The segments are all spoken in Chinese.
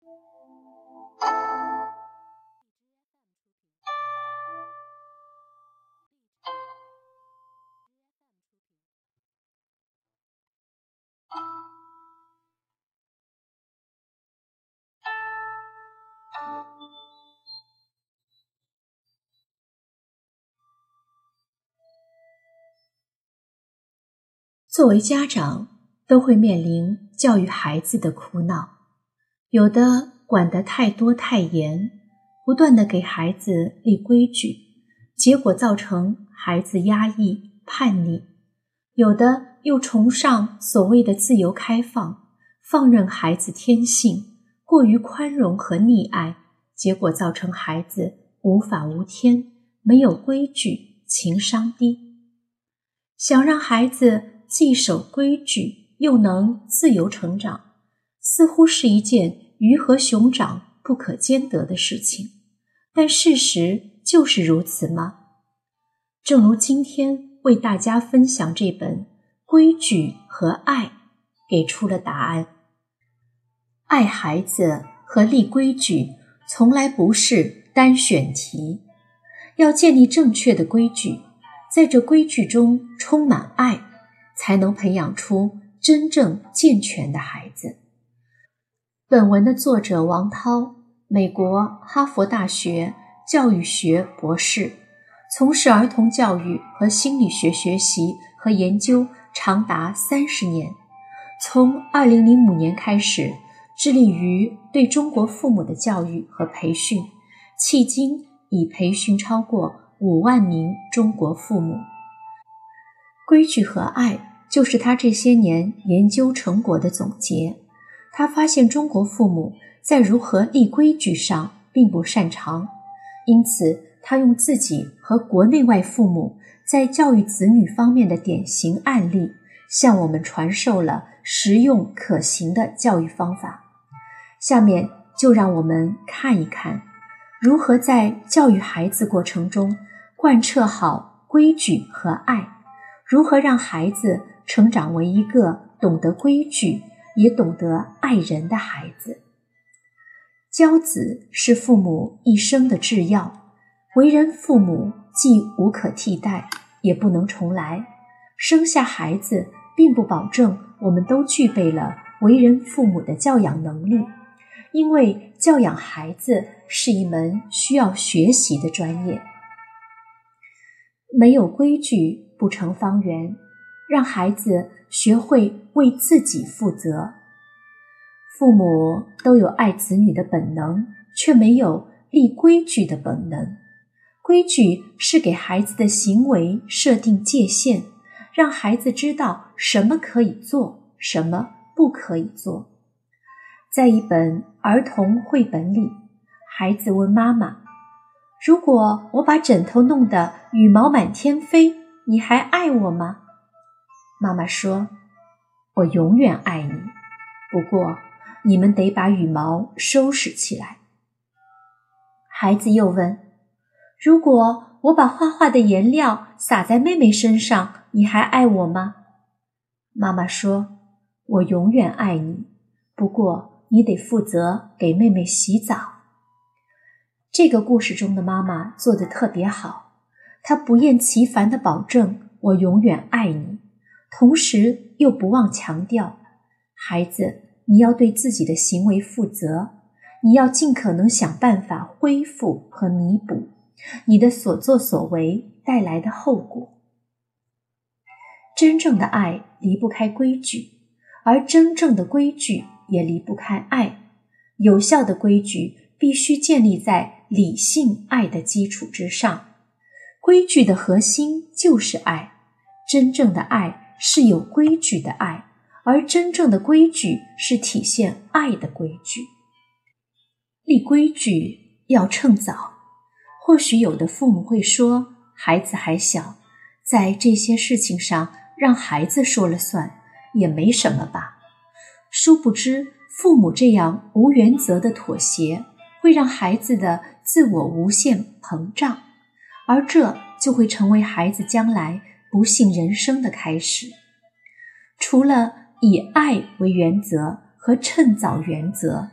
作为家长，都会面临教育孩子的苦恼，有的管得太多太严，不断地给孩子立规矩，结果造成孩子压抑、叛逆；有的又崇尚所谓的自由开放，放任孩子天性，过于宽容和溺爱，结果造成孩子无法无天，没有规矩，情商低。想让孩子既守规矩又能自由成长，似乎是一件鱼和熊掌不可兼得的事情，但事实就是如此吗？正如今天为大家分享这本《规矩和爱》给出了答案。爱孩子和立规矩从来不是单选题，要建立正确的规矩，在这规矩中充满爱，才能培养出真正健全的孩子。本文的作者王涛，美国哈佛大学教育学博士，从事儿童教育和心理学学习和研究长达30年。从2005年开始，致力于对中国父母的教育和培训，迄今已培训超过5万名中国父母。规矩和爱就是他这些年研究成果的总结。他发现中国父母在如何立规矩上并不擅长，因此他用自己和国内外父母在教育子女方面的典型案例，向我们传授了实用可行的教育方法。下面就让我们看一看，如何在教育孩子过程中贯彻好规矩和爱，如何让孩子成长为一个懂得规矩也懂得爱人的孩子。教子是父母一生的至要，为人父母既无可替代，也不能重来。生下孩子并不保证我们都具备了为人父母的教养能力，因为教养孩子是一门需要学习的专业。没有规矩不成方圆，让孩子学会为自己负责。父母都有爱子女的本能，却没有立规矩的本能。规矩是给孩子的行为设定界限，让孩子知道什么可以做，什么不可以做。在一本儿童绘本里，孩子问妈妈：如果我把枕头弄得羽毛满天飞，你还爱我吗？妈妈说：我永远爱你，不过你们得把羽毛收拾起来。孩子又问：如果我把画画的颜料洒在妹妹身上，你还爱我吗？妈妈说：我永远爱你，不过你得负责给妹妹洗澡。这个故事中的妈妈做得特别好，她不厌其烦地保证我永远爱你，同时又不忘强调，孩子，你要对自己的行为负责，你要尽可能想办法恢复和弥补你的所作所为带来的后果。真正的爱离不开规矩，而真正的规矩也离不开爱。有效的规矩必须建立在理性爱的基础之上。规矩的核心就是爱，真正的爱是有规矩的爱，而真正的规矩是体现爱的规矩。立规矩要趁早。或许有的父母会说，孩子还小，在这些事情上让孩子说了算，也没什么吧。殊不知，父母这样无原则的妥协，会让孩子的自我无限膨胀，而这就会成为孩子将来不幸人生的开始。除了以爱为原则和趁早原则，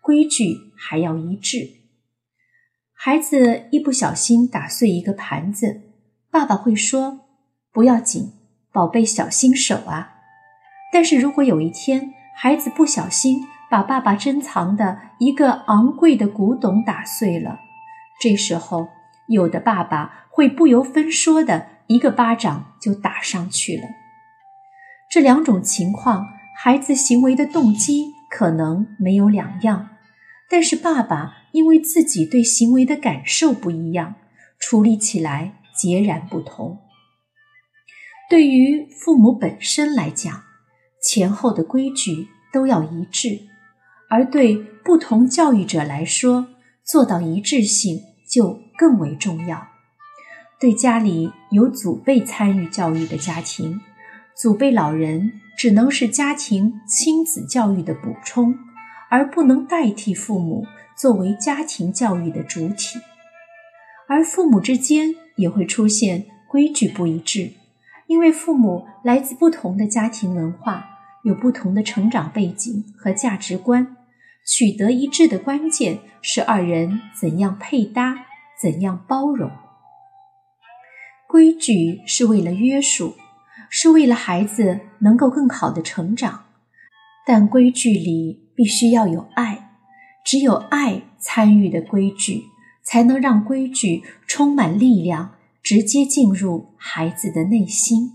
规矩还要一致。孩子一不小心打碎一个盘子，爸爸会说：不要紧，宝贝小心手啊。但是如果有一天孩子不小心把爸爸珍藏的一个昂贵的古董打碎了，这时候有的爸爸会不由分说的一个巴掌就打上去了。这两种情况，孩子行为的动机可能没有两样，但是爸爸因为自己对行为的感受不一样，处理起来截然不同。对于父母本身来讲，前后的规矩都要一致，而对不同教育者来说，做到一致性就更为重要。对家里有祖辈参与教育的家庭，祖辈老人只能是家庭亲子教育的补充，而不能代替父母作为家庭教育的主体。而父母之间也会出现规矩不一致，因为父母来自不同的家庭文化，有不同的成长背景和价值观，取得一致的关键是二人怎样配搭，怎样包容。规矩是为了约束，是为了孩子能够更好的成长，但规矩里必须要有爱，只有爱参与的规矩，才能让规矩充满力量，直接进入孩子的内心。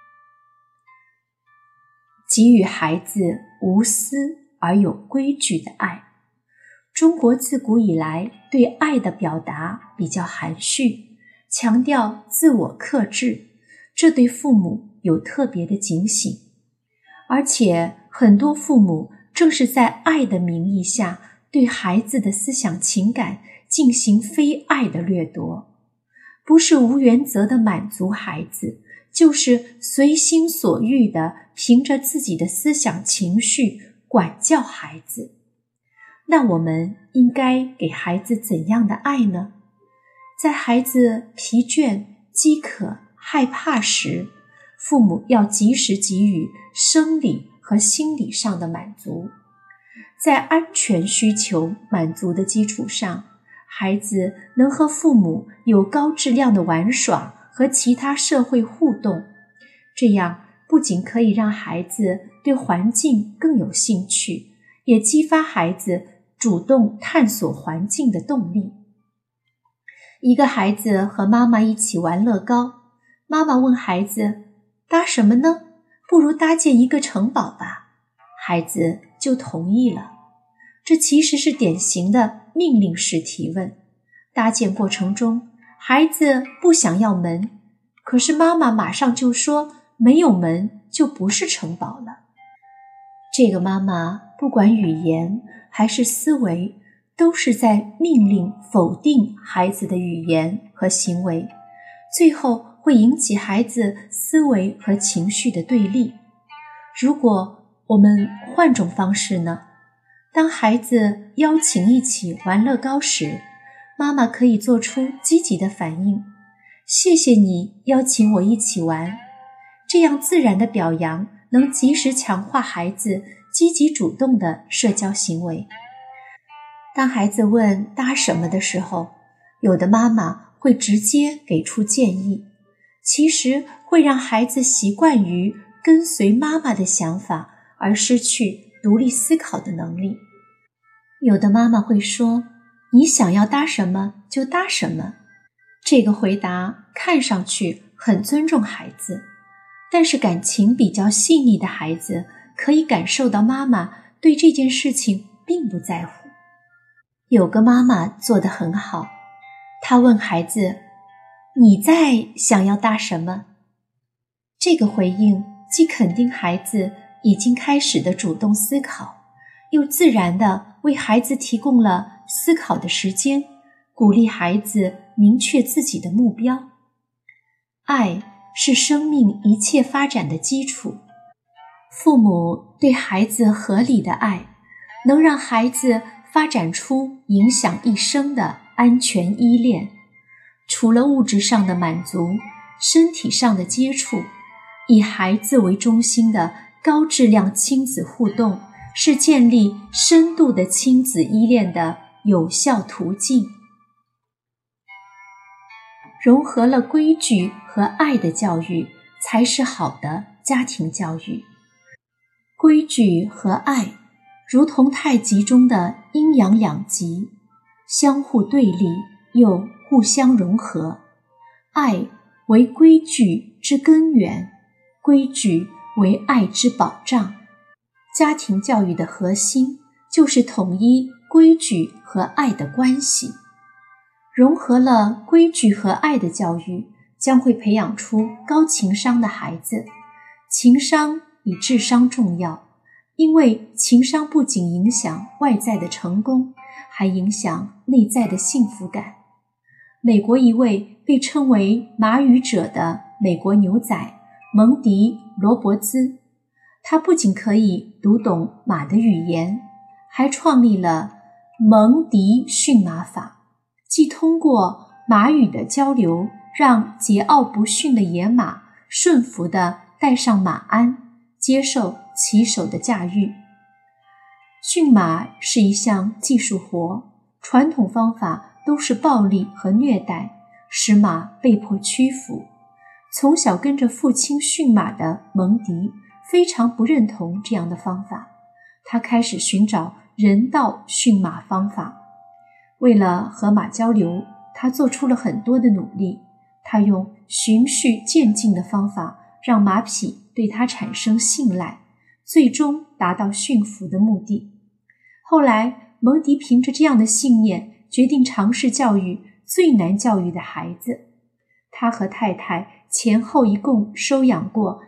给予孩子无私而有规矩的爱。中国自古以来对爱的表达比较含蓄，强调自我克制，这对父母有特别的警醒。而且很多父母正是在爱的名义下，对孩子的思想情感进行非爱的掠夺，不是无原则的满足孩子，就是随心所欲地凭着自己的思想情绪管教孩子。那我们应该给孩子怎样的爱呢？在孩子疲倦、饥渴、害怕时，父母要及时给予生理和心理上的满足。在安全需求满足的基础上，孩子能和父母有高质量的玩耍和其他社会互动，这样不仅可以让孩子对环境更有兴趣，也激发孩子主动探索环境的动力。一个孩子和妈妈一起玩乐高，妈妈问孩子：搭什么呢？不如搭建一个城堡吧。孩子就同意了。这其实是典型的命令式提问。搭建过程中，孩子不想要门，可是妈妈马上就说没有门就不是城堡了。这个妈妈不管语言还是思维，都是在命令否定孩子的语言和行为，最后会引起孩子思维和情绪的对立。如果我们换种方式呢？当孩子邀请一起玩乐高时，妈妈可以做出积极的反应，谢谢你邀请我一起玩。这样自然的表扬能及时强化孩子积极主动的社交行为。当孩子问搭什么的时候，有的妈妈会直接给出建议，其实会让孩子习惯于跟随妈妈的想法，而失去独立思考的能力。有的妈妈会说，你想要搭什么就搭什么。这个回答看上去很尊重孩子，但是感情比较细腻的孩子可以感受到妈妈对这件事情并不在乎。有个妈妈做得很好，她问孩子，你在想要搭什么？这个回应既肯定孩子已经开始的主动思考，又自然地为孩子提供了思考的时间，鼓励孩子明确自己的目标。爱是生命一切发展的基础，父母对孩子合理的爱，能让孩子发展出影响一生的安全依恋。除了物质上的满足，身体上的接触，以孩子为中心的高质量亲子互动是建立深度的亲子依恋的有效途径。融合了规矩和爱的教育，才是好的家庭教育。规矩和爱如同太极中的阴阳两极，相互对立又互相融合。爱为规矩之根源，规矩为爱之保障。家庭教育的核心就是统一规矩和爱的关系。融合了规矩和爱的教育，将会培养出高情商的孩子。情商比智商重要，因为情商不仅影响外在的成功，还影响内在的幸福感。美国一位被称为马语者的美国牛仔蒙迪·罗伯兹，他不仅可以读懂马的语言，还创立了蒙迪驯马法，既通过马语的交流，让桀骜不驯的野马顺服地带上马鞍，接受骑手的驾驭。驯马是一项技术活，传统方法都是暴力和虐待，使马被迫屈服。从小跟着父亲驯马的蒙迪非常不认同这样的方法，他开始寻找人道驯马方法。为了和马交流，他做出了很多的努力。他用循序渐进的方法，让马匹对他产生信赖，最终达到驯服的目的。后来，蒙迪凭着这样的信念，决定尝试教育最难教育的孩子。他和太太前后一共收养过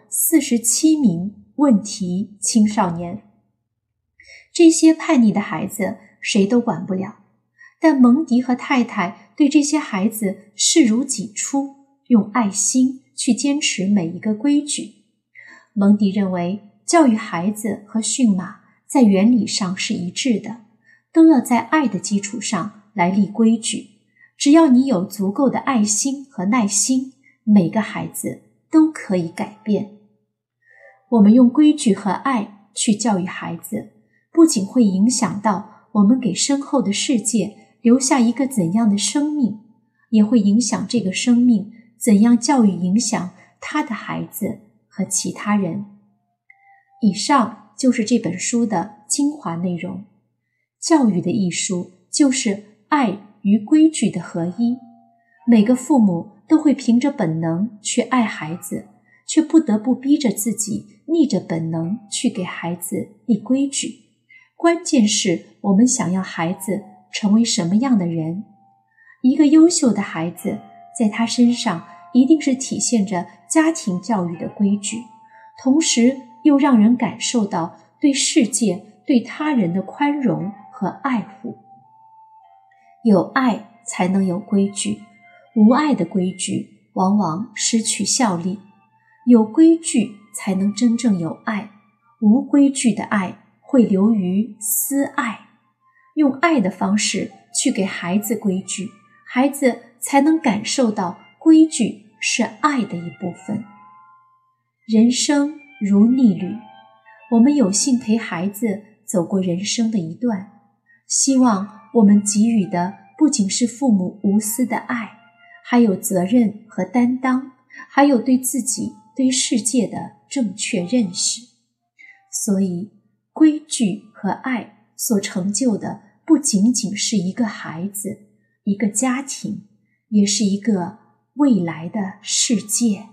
47名问题青少年。这些叛逆的孩子谁都管不了，但蒙迪和太太对这些孩子视如己出，用爱心去坚持每一个规矩。蒙迪认为，教育孩子和驯马在原理上是一致的，都要在爱的基础上来立规矩。只要你有足够的爱心和耐心，每个孩子都可以改变。我们用规矩和爱去教育孩子，不仅会影响到我们给身后的世界留下一个怎样的生命，也会影响这个生命怎样教育影响他的孩子和其他人。以上就是这本书的精华内容。教育的艺术就是爱与规矩的合一。每个父母都会凭着本能去爱孩子，却不得不逼着自己逆着本能去给孩子立规矩。关键是我们想要孩子成为什么样的人。一个优秀的孩子，在他身上一定是体现着家庭教育的规矩，同时又让人感受到对世界、对他人的宽容和爱护。有爱才能有规矩，无爱的规矩往往失去效力。有规矩才能真正有爱，无规矩的爱会流于私爱。用爱的方式去给孩子规矩，孩子才能感受到规矩是爱的一部分。人生如逆旅，我们有幸陪孩子走过人生的一段，希望我们给予的不仅是父母无私的爱，还有责任和担当，还有对自己、对世界的正确认识。所以，规矩和爱所成就的不仅仅是一个孩子、一个家庭，也是一个未来的世界。